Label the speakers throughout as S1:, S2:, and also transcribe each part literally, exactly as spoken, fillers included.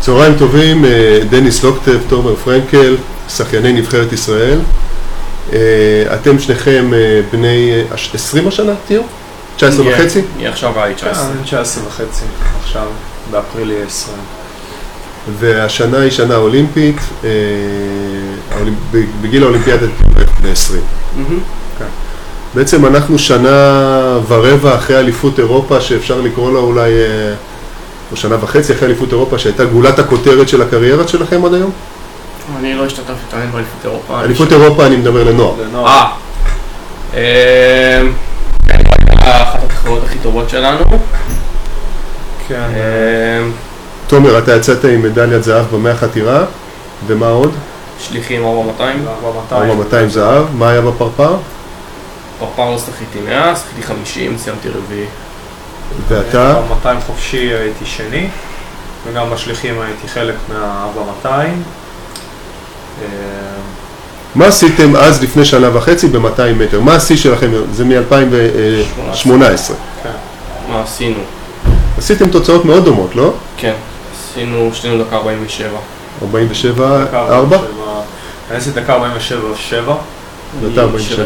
S1: צהריים טובים, דניס לוקטב, תומר פרנקל, שחייני נבחרת ישראל. אתם שניכם בני עשרים השנה תהיו? תשע עשרה וחצי?
S2: היא עכשיו היה תשע עשרה.
S3: תשע עשרה וחצי, עכשיו באפריל יהיה עשרים.
S1: והשנה היא שנה אולימפית, בגיל האולימפיאדה תהיו בני עשרים. בעצם אנחנו שנה ורבע אחרי אליפות אירופה, שאפשר לקרוא לה אולי, או שנה וחצי אחרי אליפות אירופה, שהייתה גולת הכותרת של הקריירה שלכם עד היום?
S2: אני לא השתתף איתנו באליפות אירופה.
S1: אליפות אירופה אני מדבר לנוער.
S2: אה. אחת התחרויות הכי טובות שלנו.
S3: כן.
S1: תומר, אתה יצאת עם מדליית זהב במאה חתירה, ומה עוד?
S2: שליחים ארבע מאתיים.
S1: ארבע מאתיים זהב, מה היה בפרפר?
S2: פרפר לא שחיתי מאה, שחיתי חמישים, סיימתי רביעי.
S1: ואתה?
S3: מאתיים חופשי הייתי שני, וגם בשליחים הייתי חלק מה-ארבע מאתיים.
S1: מה עשיתם אז לפני שנה וחצי ב-מאתיים מטר? מה השיא שלכם? זה מ-אלפיים שמונה עשרה.
S2: כן. מה עשינו?
S1: עשיתם תוצאות מאוד דומות, לא?
S2: כן. עשינו שנינו דקה ארבעים ושבע.
S1: ארבעים ושבע, ארבע?
S3: אני עשיתי דקה ארבעים ושבע, שבע.
S1: ואתה ארבעים ושבע.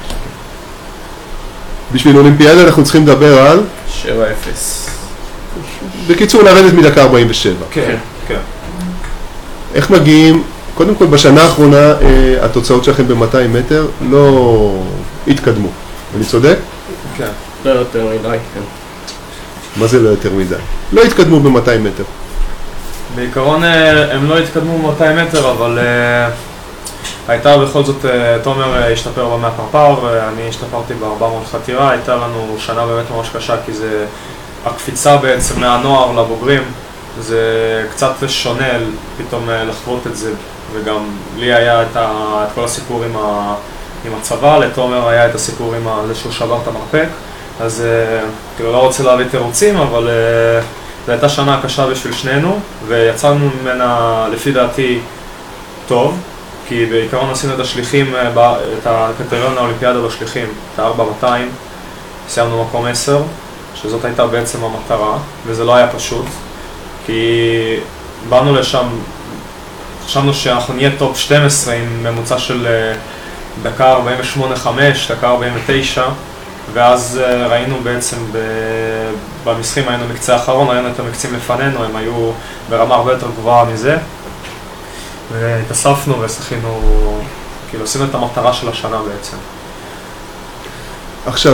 S1: בשביל אולימפיאדה אנחנו צריכים לדבר על?
S2: שבע אפס.
S1: בקיצור, לרדת מדקה ארבעים ושבע.
S3: כן, כן.
S1: איך מגיעים? קודם כל, בשנה האחרונה התוצאות שלכם ב-מאתיים מטר לא התקדמו. אני צודק?
S3: כן.
S2: לא יותר מדי, כן.
S1: מה זה לא יותר מדי? לא התקדמו ב-מאתיים מטר.
S3: בעיקרון הם לא התקדמו ב-מאתיים מטר, אבל הייתה בכל זאת, תומר השתפר במאה פרפר, אני השתפרתי ב-ארבע מאות חתירה, הייתה לנו שנה באמת ממש קשה, כי זה הקפיצה בעצם מהנוער לבוגרים, זה קצת שונה פתאום לחוות את זה, וגם לי היה את, ה, את כל הסיפור עם, ה, עם הצבא, לתומר היה את הסיפור עם זה שהוא שבר את המרפק, אז כאילו לא רוצה להביא תירוצים, אבל זו הייתה שנה קשה בשביל שנינו, ויצאנו ממנה לפי דעתי טוב, כי בעיקרון עשינו את השליחים, את הקריטריון האולימפיאדה בשליחים, את ה-ארבע מאתיים, סיימנו מקום עשר, שזאת הייתה בעצם המטרה, וזה לא היה פשוט, כי באנו לשם, חשבנו שאנחנו נהיה טופ שתים עשרה עם ממוצע של דקה ארבעים ושמונה חמש, דקה ארבעים ותשע, ואז ראינו בעצם במשחקים, היינו מקצה האחרון, ראינו את המקצים לפנינו, הם היו ברמה הרבה יותר גבוהה מזה, והתאספנו ושחינו, כאילו עשינו את המטרה של השנה בעצם.
S1: עכשיו,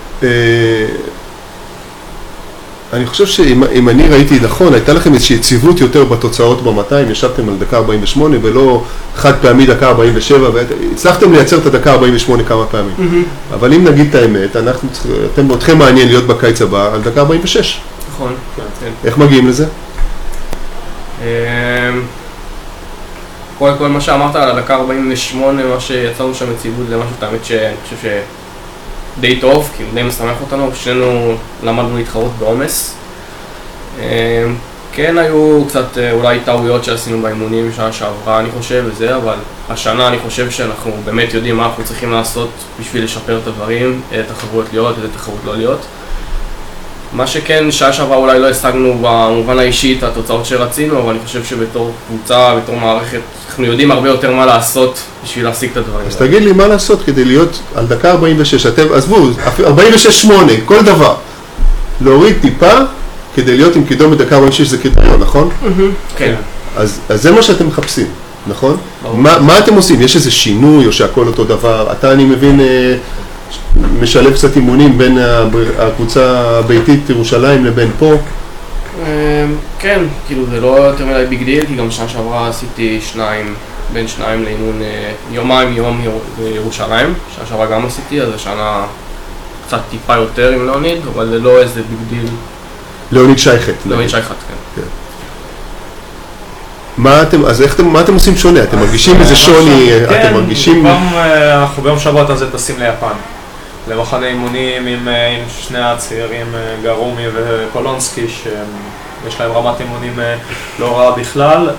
S1: אני חושב שאם אני ראיתי נכון, הייתה לכם איזושהי יציבות יותר בתוצאות ב-מאתיים, ישבתם על דקה ארבעים ושמונה ולא חד פעמי דקה ארבעים ושבע, והצלחתם לייצר את הדקה ארבעים ושמונה כמה פעמים. אבל אם נגיד את האמת, אתם, אתכם מעניין להיות בקיץ הבא על דקה ארבעים ושש.
S2: נכון.
S1: איך מגיעים לזה?
S2: קודם כל מה שאמרת על הדקה ארבעים ושמונה, מה שיצרנו שם יציבות למשהו, תאמת שאני חושב שדי טוב, כי די משמח אותנו, שנינו למדנו להתחרות בעומס. כן היו קצת אולי טעויות שעשינו באימונים בשעה שעברה אני חושב וזה, אבל השנה אני חושב שאנחנו באמת יודעים מה אנחנו צריכים לעשות בשביל לשפר את הדברים, איזה תחרויות להיות, איזה תחרות לא להיות. מה שכן, שעה שעברה אולי לא השגנו במובן האישי את התוצאות שרצינו, אבל אני חושב שבתור קבוצה, בתור מערכת, אנחנו יודעים הרבה יותר מה לעשות בשביל להשיג את הדברים.
S1: אז תגיד לי מה לעשות כדי להיות על דקה ארבעים ושש, אתם, עזבו, ארבעים ושש שמונה, כל דבר. להוריד טיפה כדי להיות עם קידום בדקה ארבעים ושש זה קריטריון, נכון?
S2: כן.
S1: אז, אז זה מה שאתם מחפשים, נכון? מה, מה אתם עושים? יש איזה שינוי או שהכל אותו דבר? אתה, אני מבין, משלב קצת אימונים בין הקבוצה הביתית ירושלים לבין פה?
S2: כן, כאילו זה לא יותר מדי ביג דיל, כי גם שנה שעברה עשיתי שניים, בין שניים לאימון יומיים יום בירושלים, שנה שעברה גם עשיתי, אז השנה קצת טיפה יותר עם לאוניד, אבל זה לא איזה ביג דיל.
S1: לאוניד שייכת.
S2: לאוניד שייכת, כן.
S1: מה אתם, אז איך אתם, מה אתם עושים שונה? אתם מרגישים איזה שוני, אתם מרגישים...
S3: כן, אנחנו ביום שבת הזה טסים ליפן. למחנה אימונים עם, עם שני הצעירים גרומי ופולונסקי שיש להם רמת אימונים לא רעה בכלל,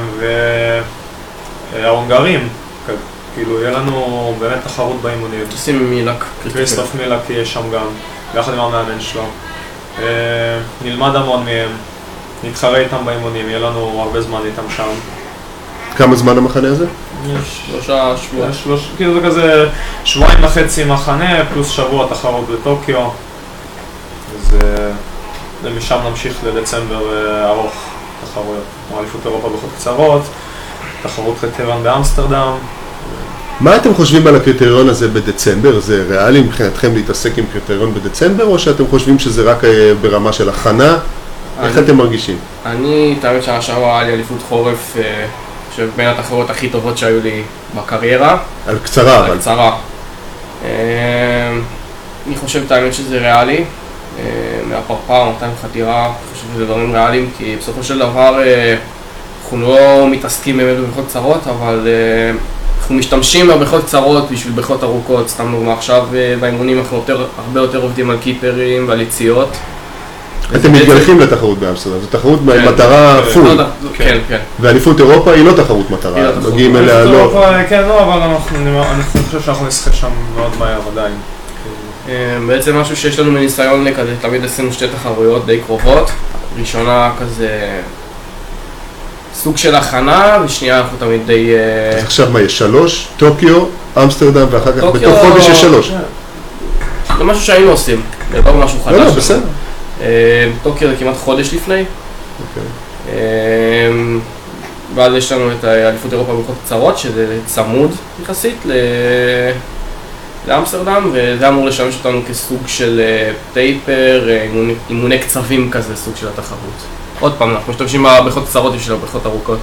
S3: וההונגרים, כאילו יהיה לנו באמת תחרות באימונים.
S2: טסים עם מילק.
S3: כריסטוף מילק יהיה שם גם, ביחד עם המאמן שלו. נלמד המון מהם, נתחרה איתם באימונים, יהיה לנו הרבה זמן איתם שם.
S1: כמה זמן המחנה הזה?
S3: יש
S2: שלושה שבועות.
S3: שלוש, כאילו זה כזה שבועיים וחצי מחנה, פלוס שבוע תחרות בטוקיו. אז משם נמשיך לדצמבר ארוך תחרויות. כמו אליפות אירופה בחוד קצרות, תחרות קריטריון באמסטרדם.
S1: מה אתם חושבים על הקריטריון הזה בדצמבר? זה ריאלי מבחינתכם להתעסק עם קריטריון בדצמבר, או שאתם חושבים שזה רק ברמה של הכנה? איך אתם מרגישים?
S2: אני, תמיד שנה שעברה היה לי אליפות חורף, שבין התחרות הכי טובות שהיו לי בקריירה.
S1: על קצרה אבל.
S2: על קצרה. אני חושב תמיד שזה ריאלי. מהפרפר, מאתיים חתירה, אני חושב שזה דברים ריאליים, כי בסופו של דבר אנחנו לא מתעסקים באמת בבריכות קצרות, אבל אנחנו משתמשים בבריכות קצרות בשביל בריכות ארוכות. סתם דוגמה, עכשיו באימונים אנחנו יותר, הרבה יותר עובדים על קיפרים ועל יציאות.
S1: אתם מתגלחים לתחרות באמסטרדם, זו תחרות מטרה פול.
S2: כן, כן.
S1: ואליפות אירופה היא לא תחרות מטרה, מגיעים אליה לא.
S3: כן, לא, אבל אני חושב שאנחנו נשחק שם מאוד מהר עדיין.
S2: בעצם משהו שיש לנו מניסיון כזה, תמיד עשינו שתי תחרויות די קרובות. ראשונה כזה סוג של הכנה, ושנייה אנחנו תמיד די...
S1: אז עכשיו מה יש? שלוש? טוקיו, אמסטרדם, ואחר כך בתוך חודש יש שלוש.
S2: זה משהו שהיינו עושים, זה לא משהו חדש.
S1: לא, לא, בסדר.
S2: טוקיו זה כמעט חודש לפני. ואז יש לנו את האליפות אירופה בריכות קצרות, שזה צמוד יחסית לאמסטרדם, וזה אמור לשמש אותנו כסוג של טייפר, אימוני קצבים כזה, סוג של התחרות. עוד פעם, אנחנו משתמשים בבריכות קצרות בשביל הבריכות ארוכות.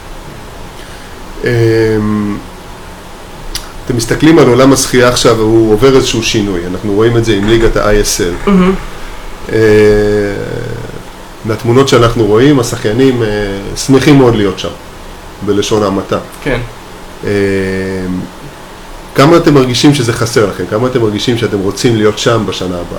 S1: אתם מסתכלים על עולם השחייה עכשיו, הוא עובר איזשהו שינוי. אנחנו רואים את זה עם ליגת ה-איי אס אל. מהתמונות שאנחנו רואים, השחיינים שמחים מאוד להיות שם, בלשון המעטה.
S2: כן.
S1: כמה אתם מרגישים שזה חסר לכם? כמה אתם מרגישים שאתם רוצים להיות שם בשנה הבאה?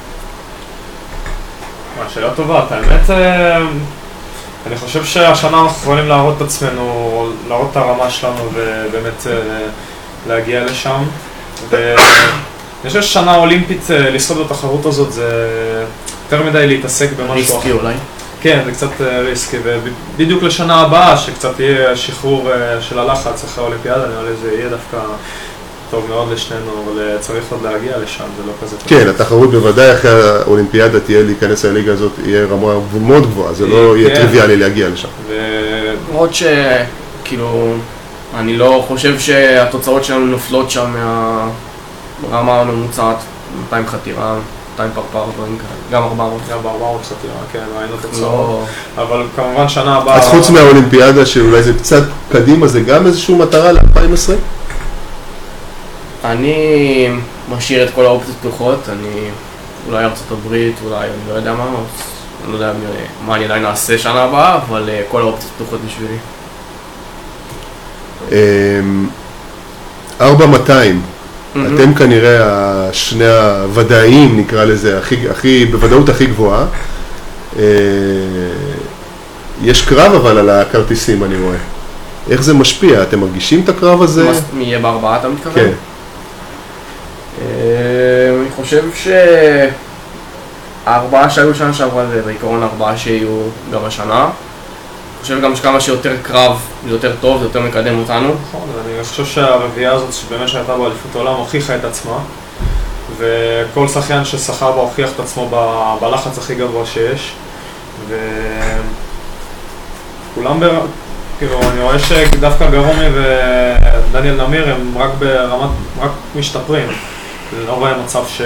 S3: שאלה טובה, האמת, אני חושב שהשנה אנחנו יכולים להראות את עצמנו, להראות את הרמה שלנו ובאמת להגיע לשם. ואני חושב ששנה אולימפית, לשחות בתחרות הזאת זה יותר מדי להתעסק במשהו.
S2: ריסקי אולי.
S3: כן, זה קצת ריסקי, ובדיוק לשנה הבאה שקצת יהיה שחרור של הלחץ אחרי האולימפיאדה, נראה לי זה יהיה דווקא טוב מאוד לשנינו, אבל צריך עוד להגיע לשם, זה לא כזה טוב.
S1: כן, התחרות בוודאי אחרי האולימפיאדה תהיה להיכנס לליגה הזאת, יהיה רמה מאוד גבוהה, זה לא יהיה טריוויאלי להגיע לשם.
S2: למרות שכאילו, אני לא חושב שהתוצאות שלנו נופלות שם מהרמה הממוצעת, מאתיים חתירה, מאתיים פרפר, דברים כאלה, גם ארבע מאות.
S3: גם ארבע מאות חתירה, כן, ראינו תוצאות. אבל כמובן שנה הבאה...
S1: אז חוץ מהאולימפיאדה, שאולי זה קצת קדימה, זה גם איזושהי מטרה ל-אלפיים עשרים?
S2: אני משאיר את כל האופציות פתוחות, אני אולי ארצות הברית, אולי אני לא יודע מה, אני לא יודע מה אני עדיין נעשה שנה הבאה, אבל כל האופציות פתוחות בשבילי.
S1: ארבע מאתיים, אתם כנראה שני הוודאיים, נקרא לזה, הכי, בוודאות הכי גבוהה. יש קרב אבל על הכרטיסים, אני רואה. איך זה משפיע? אתם מרגישים את הקרב הזה?
S2: מי יהיה בארבעה, אתה מתכוון?
S1: כן.
S2: אני חושב שהארבעה שהיו שנה שעברה זה בעיקרון הארבעה שיהיו גם השנה. אני חושב גם שכמה שיותר קרב זה יותר טוב, זה יותר מקדם אותנו.
S3: נכון, אני חושב שהרביעייה הזאת שבאמת שהייתה באליפות העולם הוכיחה את עצמה, וכל שחיין ששחה בה הוכיח את עצמו בלחץ הכי גבוה שיש, וכולם בר... כאילו, אני רואה שדווקא גרומי ודניאל נמיר הם רק ברמת, רק משתפרים. לא רואה מצב ש...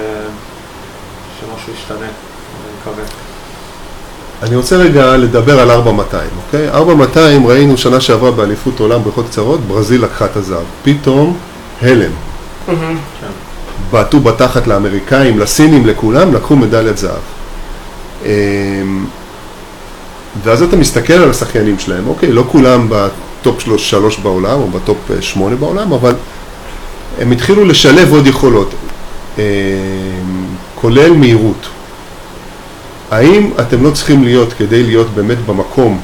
S3: שמשהו ישתנה, אני מקווה.
S1: אני רוצה רגע לדבר על ארבע מאתיים, אוקיי? ארבע מאתיים ראינו שנה שעברה באליפות עולם בריכות קצרות, ברזיל לקחה את הזהב. פתאום הלם. בעטו בתחת לאמריקאים, לסינים, לכולם, לקחו מדליית זהב. ואז אתה מסתכל על השחיינים שלהם, אוקיי, לא כולם בטופ שלוש בעולם או בטופ שמונה בעולם, אבל הם התחילו לשלב עוד יכולות, כולל מהירות. האם אתם לא צריכים להיות כדי להיות באמת במקום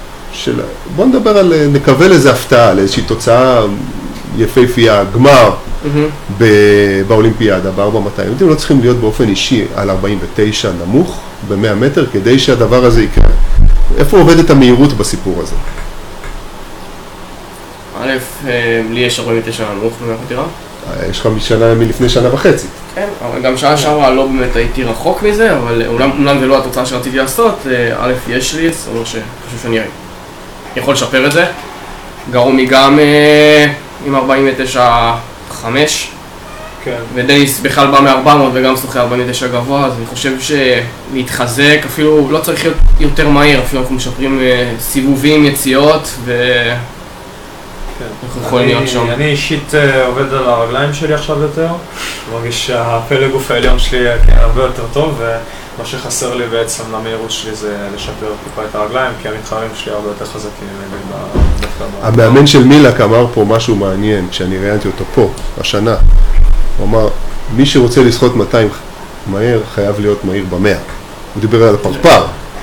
S1: של... בוא נדבר על, נקווה לזה הפתעה, לאיזושהי תוצאה יפהפייה, גמר, ב- באולימפיאדה, ב-ארבע מאתיים. אתם לא צריכים להיות באופן אישי על ארבעים ותשע נמוך ב-מאה מטר כדי שהדבר הזה יקרה. איפה עובדת המהירות בסיפור הזה?
S2: א', לי יש ארבעים ותשע נמוך במחתירה.
S1: יש לך משנה מלפני שנה וחצי.
S2: כן, אבל גם שעה שעברה לא באמת הייתי רחוק מזה, אבל אומנם זה לא התוצאה שרציתי לעשות, א', יש לי, זאת אומרת שאני חושב שאני יכול לשפר את זה. גרומי גם עם ארבעים ותשע חמש,
S3: כן.
S2: ודניס בכלל בא מ-ארבע מאות וגם שוחה ארבעים ותשע גבוה, אז אני חושב שלהתחזק, אפילו לא צריך להיות יותר מהיר, אפילו אנחנו משפרים סיבובים, יציאות, ו... אנחנו יכולים להיות שם.
S3: אני אישית עובד על הרגליים שלי עכשיו יותר, אני מרגיש שהפלג גוף העליון שלי הרבה יותר טוב, ומה שחסר לי בעצם למהירות שלי זה לשפר טיפה את הרגליים, כי המתחרים שלי הרבה יותר חזקים ממני.
S1: המאמן של מילק אמר פה משהו מעניין, כשאני ראיינתי אותו פה, השנה. הוא אמר, מי שרוצה לשחות מאתיים מהר, חייב להיות מהיר במאה. הוא דיבר על הפרפר,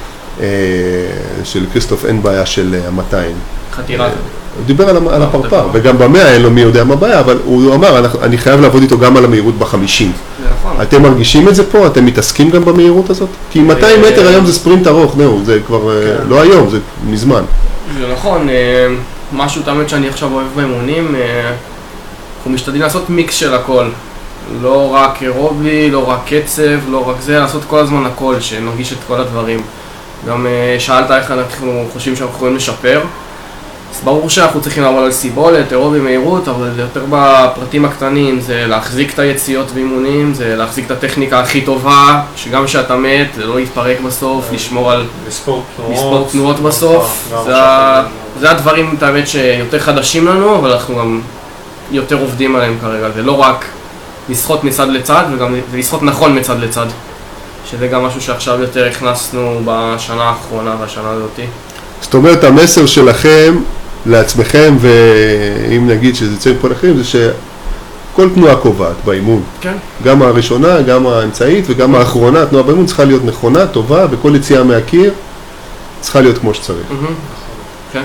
S1: של כריסטוף אין בעיה של מאתיים.
S2: חתירה.
S1: הוא דיבר על, על הפרפר, וגם במאה אין לו מי יודע מה בעיה, אבל הוא אמר, אני, אני חייב לעבוד איתו גם על המהירות בחמישים.
S2: זה נכון.
S1: אתם מרגישים את זה פה? אתם מתעסקים גם במהירות הזאת? כי מאתיים מטר היום זה ספרינט ארוך, נאו, זה כבר לא היום, זה מזמן.
S2: זה נכון, משהו תמיד שאני עכשיו אוהב באימונים, אנחנו משתדלים לעשות מיקס של הכל. לא רק אירובי, לא רק קצב, לא רק זה, לעשות כל הזמן הכל, שנרגיש את כל הדברים. גם שאלת איך אנחנו חושבים שאנחנו יכולים לשפר. אז ברור שאנחנו צריכים לעבוד על סיבולת, אירובי, מהירות, אבל יותר בפרטים הקטנים, זה להחזיק את היציאות ואימונים, זה להחזיק את הטכניקה הכי טובה, שגם שאתה מת, זה לא להתפרק בסוף, לשמור על... לספור תנועות בסוף. זה הדברים, האמת, שיותר חדשים לנו, אבל אנחנו גם יותר עובדים עליהם כרגע. זה לא רק לשחות מצד לצד, וגם לשחות נכון מצד לצד. שזה גם משהו שעכשיו יותר הכנסנו בשנה האחרונה והשנה הזאת.
S1: זאת אומרת, המסר שלכם לעצמכם, ואם נגיד שזה יצא מפה לאחרים, זה שכל תנועה קובעת באימון. כן. גם הראשונה, גם האמצעית וגם האחרונה, התנועה באימון צריכה להיות נכונה, טובה, וכל יציאה מהקיר צריכה להיות כמו שצריך.
S2: כן.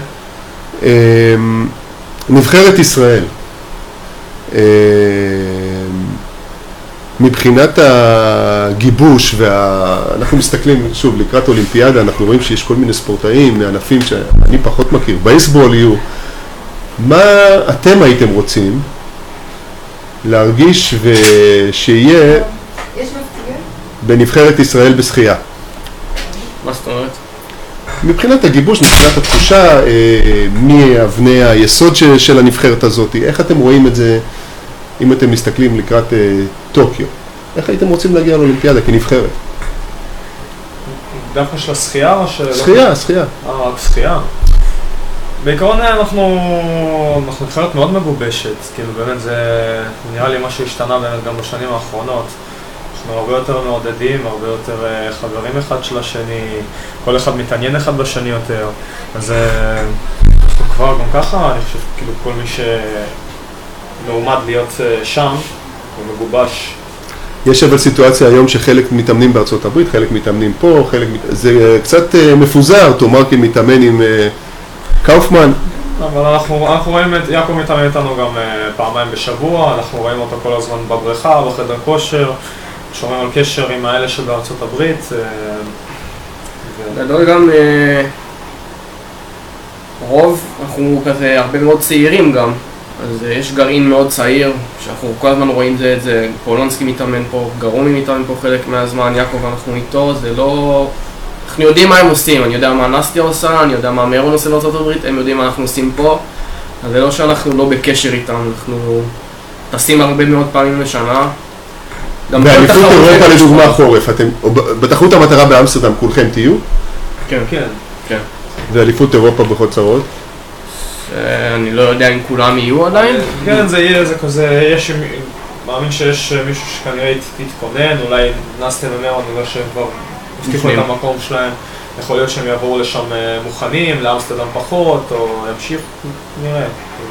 S1: נבחרת ישראל. מבחינת הגיבוש, ואנחנו מסתכלים שוב לקראת אולימפיאדה, אנחנו רואים שיש כל מיני ספורטאים מענפים שאני פחות מכיר, בייסבול יהיו, מה אתם הייתם רוצים להרגיש ושיהיה בנבחרת ישראל בשחייה?
S2: מה זאת אומרת?
S1: מבחינת הגיבוש, מבחינת התחושה, מי אבני היסוד של הנבחרת הזאת, איך אתם רואים את זה? אם אתם מסתכלים לקראת uh, טוקיו, איך הייתם רוצים להגיע לאולימפיאדה כנבחרת?
S3: דווקא של השחייה או של...
S1: שחייה, שחייה.
S3: אה, רק שחייה. בעיקרון אנחנו, אנחנו נבחרת מאוד מגובשת, כאילו באמת זה נראה לי מה שהשתנה באמת גם בשנים האחרונות. אנחנו הרבה יותר מעודדים, הרבה יותר uh, חברים אחד של השני, כל אחד מתעניין אחד בשני יותר. אז uh, אנחנו כבר גם ככה, אני חושב כאילו כל מי ש... מעומד להיות שם, הוא מגובש.
S1: יש אבל סיטואציה היום שחלק מתאמנים בארצות הברית, חלק מתאמנים פה, חלק... זה קצת מפוזר, תאמר כי מתאמן עם קאופמן.
S3: אבל אנחנו, אנחנו רואים את, יעקב מתאמן איתנו גם פעמיים בשבוע, אנחנו רואים אותו כל הזמן בבריכה, בחדר כושר, שומעים על קשר עם האלה שבארצות הברית.
S2: גדול גם רוב, אנחנו כזה הרבה מאוד צעירים גם. אז יש גרעין מאוד צעיר, שאנחנו כל הזמן רואים זה את זה, פולונסקי מתאמן פה, גרומי מתאמן פה חלק מהזמן, יעקב אנחנו איתו, זה לא... אנחנו יודעים מה הם עושים, אני יודע מה נסטיה עושה, אני יודע מה מרון עושה בארצות הברית, הם יודעים מה אנחנו עושים פה, אז זה לא שאנחנו לא בקשר איתם, אנחנו טסים הרבה מאוד פעמים לשנה.
S1: באליפות אירופה לדוגמה חורף, אתם, בתחרות המטרה באמסטרדם כולכם תהיו?
S3: כן, כן.
S2: כן.
S1: ואליפות אירופה בחוצרות?
S2: אני לא יודע אם כולם יהיו עדיין.
S3: כן, זה יהיה, זה כזה, יש, מאמין שיש מישהו שכנראה יתכונן, אולי נסטיה ומרון, בגלל שהם כבר הבטיחו את המקום שלהם, יכול להיות שהם יעברו לשם מוכנים, לאמסטרדם פחות, או ימשיך, נראה.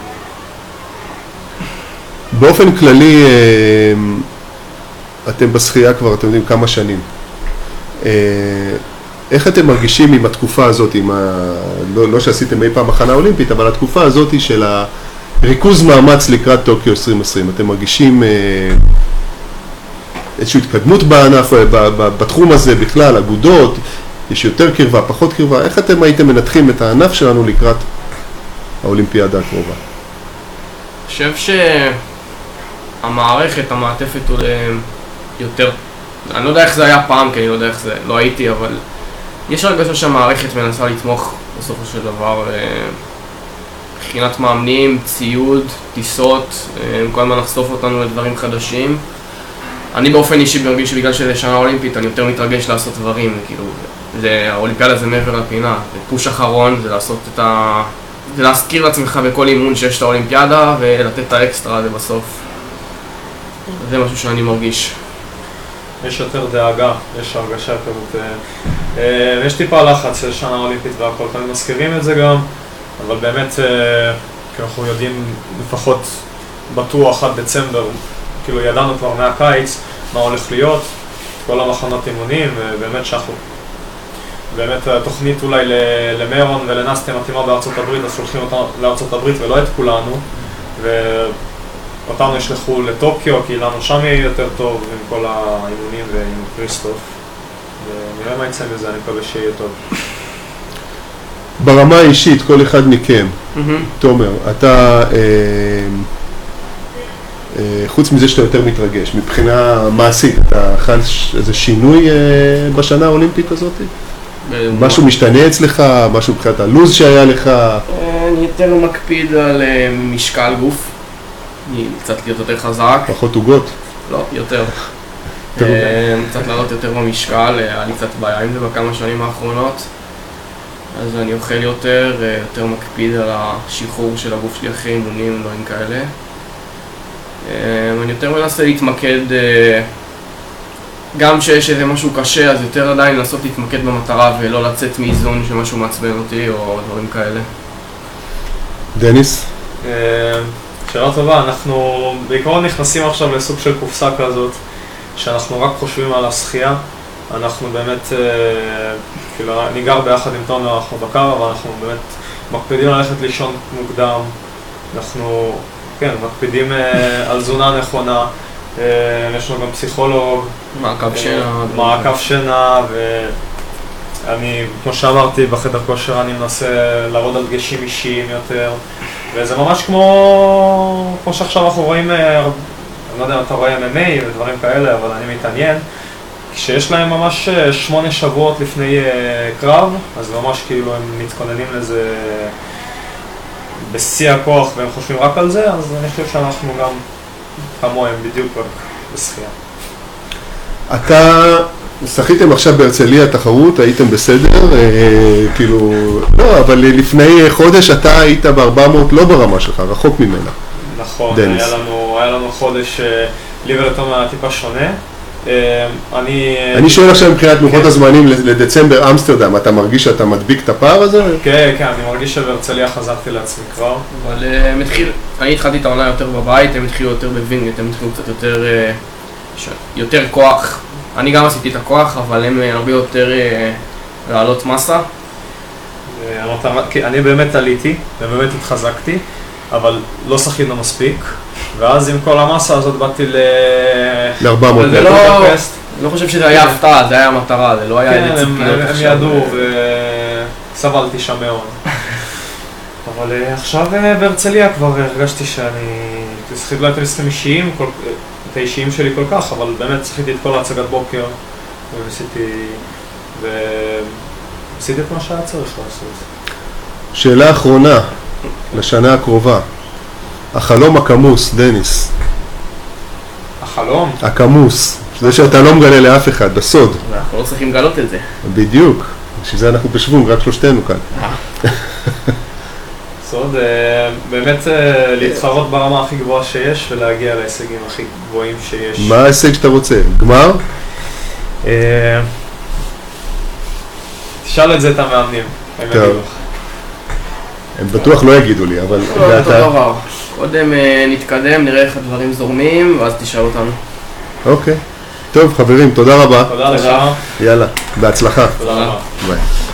S1: באופן כללי, אתם בשחייה כבר, אתם יודעים, כמה שנים. איך אתם מרגישים עם התקופה הזאת, עם ה... לא, לא שעשיתם אי פעם הכנה אולימפית, אבל התקופה הזאת של ריכוז מאמץ לקראת טוקיו עשרים עשרים, אתם מרגישים אה, איזושהי התקדמות בענף, בתחום הזה בכלל, אגודות, יש יותר קרבה, פחות קרבה, איך אתם הייתם מנתחים את הענף שלנו לקראת האולימפיאדה הקרובה?
S2: אני חושב שהמערכת, המעטפת הוא יותר, אני לא יודע איך זה היה פעם, כי אני לא יודע איך זה, לא הייתי, אבל יש הרגשה שהמערכת מנסה לתמוך בסופו של דבר מבחינת מאמנים, ציוד, טיסות, כל הזמן לחשוף אותנו לדברים חדשים. אני באופן אישי מרגיש שבגלל שזה שנה אולימפית אני יותר מתרגש לעשות דברים, כאילו, זה, האולימפיאדה זה מעבר לפינה, זה פוש אחרון, זה לעשות את ה... זה להזכיר לעצמך בכל אימון שיש את האולימפיאדה ולתת את האקסטרה הזה בסוף. זה משהו שאני מרגיש.
S3: יש יותר דאגה, יש הרגשה כזאת, אה, יש טיפה לחץ של שנה אולימפית והכל, תמיד מזכירים את זה גם, אבל באמת, אה, כי אנחנו יודעים לפחות בטוח עד דצמבר, כאילו ידענו כבר מהקיץ מה הולך להיות, כל המחנות אימונים, ובאמת שאנחנו, באמת התוכנית אולי למרון ולנסטיה מתאימה בארצות הברית, אז שולחים אותנו לארצות הברית ולא את כולנו, ואותנו ישלחו לטוקיו, כי לנו שם יהיה יותר טוב עם כל האימונים ועם קריסטוף, ונראה מה יצא מזה, אני מקווה שיהיה טוב.
S1: ברמה האישית, כל אחד מכם, תומר, אתה... חוץ מזה שאתה יותר מתרגש, מבחינה מעשית, אתה חל איזה שינוי בשנה האולימפית הזאת? משהו משתנה אצלך, משהו מבחינת הלוז שהיה לך?
S2: אני יותר מקפיד על משקל גוף, אני קצת להיות יותר חזק.
S1: פחות עוגות?
S2: לא, יותר. קצת לעלות יותר במשקל, היה לי קצת בעיה עם זה בכמה שנים האחרונות. אז אני אוכל יותר, יותר מקפיד על השחרור של הגוף שלי אחרי אימונים, דברים כאלה. אני יותר מנסה להתמקד, גם שיש איזה משהו קשה, אז יותר עדיין לנסות להתמקד במטרה ולא לצאת מאיזון שמשהו מעצבן אותי או דברים כאלה.
S1: דניס?
S3: שאלה טובה, אנחנו בעיקרון נכנסים עכשיו לסוג של קופסה כזאת, שאנחנו רק חושבים על השחייה. אנחנו באמת, כאילו, אני גר ביחד עם תומר, אנחנו בקר, אבל אנחנו באמת מקפידים ללכת לישון מוקדם. אנחנו... כן, מקפידים uh, על תזונה נכונה, uh, יש לנו גם פסיכולוג,
S2: מעקב שינה,
S3: מעקב שינה, ואני, כמו שאמרתי, בחדר כושר אני מנסה לעבוד על דגשים אישיים יותר, וזה ממש כמו, כמו שעכשיו אנחנו רואים, אני לא יודע אם אתה רואה אם אם איי ודברים כאלה, אבל אני מתעניין, כשיש להם ממש שמונה שבועות לפני uh, קרב, אז ממש כאילו הם מתכוננים לזה בשיא הכוח והם חושבים רק על זה, אז אני חושב שאנחנו גם כמוהם בדיוק רק בשחייה.
S1: אתה, שחיתם עכשיו בהרצליה תחרות, הייתם בסדר, אה, כאילו, לא, אבל לפני חודש אתה היית ב-ארבע מאות לא ברמה שלך, רחוק ממנה.
S3: נכון, היה לנו, היה לנו חודש, לי ולתומר טיפה שונה. אני...
S1: אני שואל עכשיו מבחינת לוחות הזמנים לדצמבר אמסטרדם, אתה מרגיש שאתה מדביק את הפער הזה?
S3: כן, כן, אני מרגיש שבהרצליה חזרתי לעצמי כבר.
S2: אבל הם התחילו, אני התחלתי את העונה יותר בבית, הם התחילו יותר בווינגייט, הם התחילו קצת יותר, יותר כוח. אני גם עשיתי את הכוח, אבל הם הרבה יותר לעלות מסה.
S3: אני באמת עליתי, ובאמת התחזקתי, אבל לא שחינו מספיק. ואז עם כל המסה הזאת באתי ל...
S1: ל-ארבע מאות.
S2: אני לא חושב שזה היה הפתעה, זה היה המטרה, זה לא היה איזה ציפיות
S3: עכשיו. הם ידעו וסבלתי שם מאוד. אבל עכשיו בהרצליה כבר הרגשתי שאני... שחיתי לא הייתי לסכים אישיים, את האישיים שלי כל כך, אבל באמת שחיתי את כל ההצגת בוקר ועשיתי... ועשיתי את מה שהיה צריך לעשות.
S1: שאלה אחרונה, לשנה הקרובה. החלום הכמוס, דניס.
S3: החלום?
S1: הכמוס. זה שאתה לא מגלה לאף אחד, בסוד.
S2: אנחנו לא צריכים לגלות את זה.
S1: בדיוק. בשביל זה אנחנו בשוונג, רק שלושתנו כאן.
S3: סוד, באמת להתחרות ברמה הכי גבוהה שיש ולהגיע להישגים הכי גבוהים שיש.
S1: מה ההישג שאתה רוצה? גמר?
S3: תשאל את זה את המאמנים.
S1: הם בטוח לא יגידו לי, אבל...
S2: לא, אותו דבר. קודם נתקדם, נראה איך הדברים זורמים, ואז תשאל אותנו.
S1: אוקיי. טוב, חברים, תודה רבה.
S3: תודה לך.
S1: יאללה, בהצלחה.
S3: תודה רבה.
S1: ביי.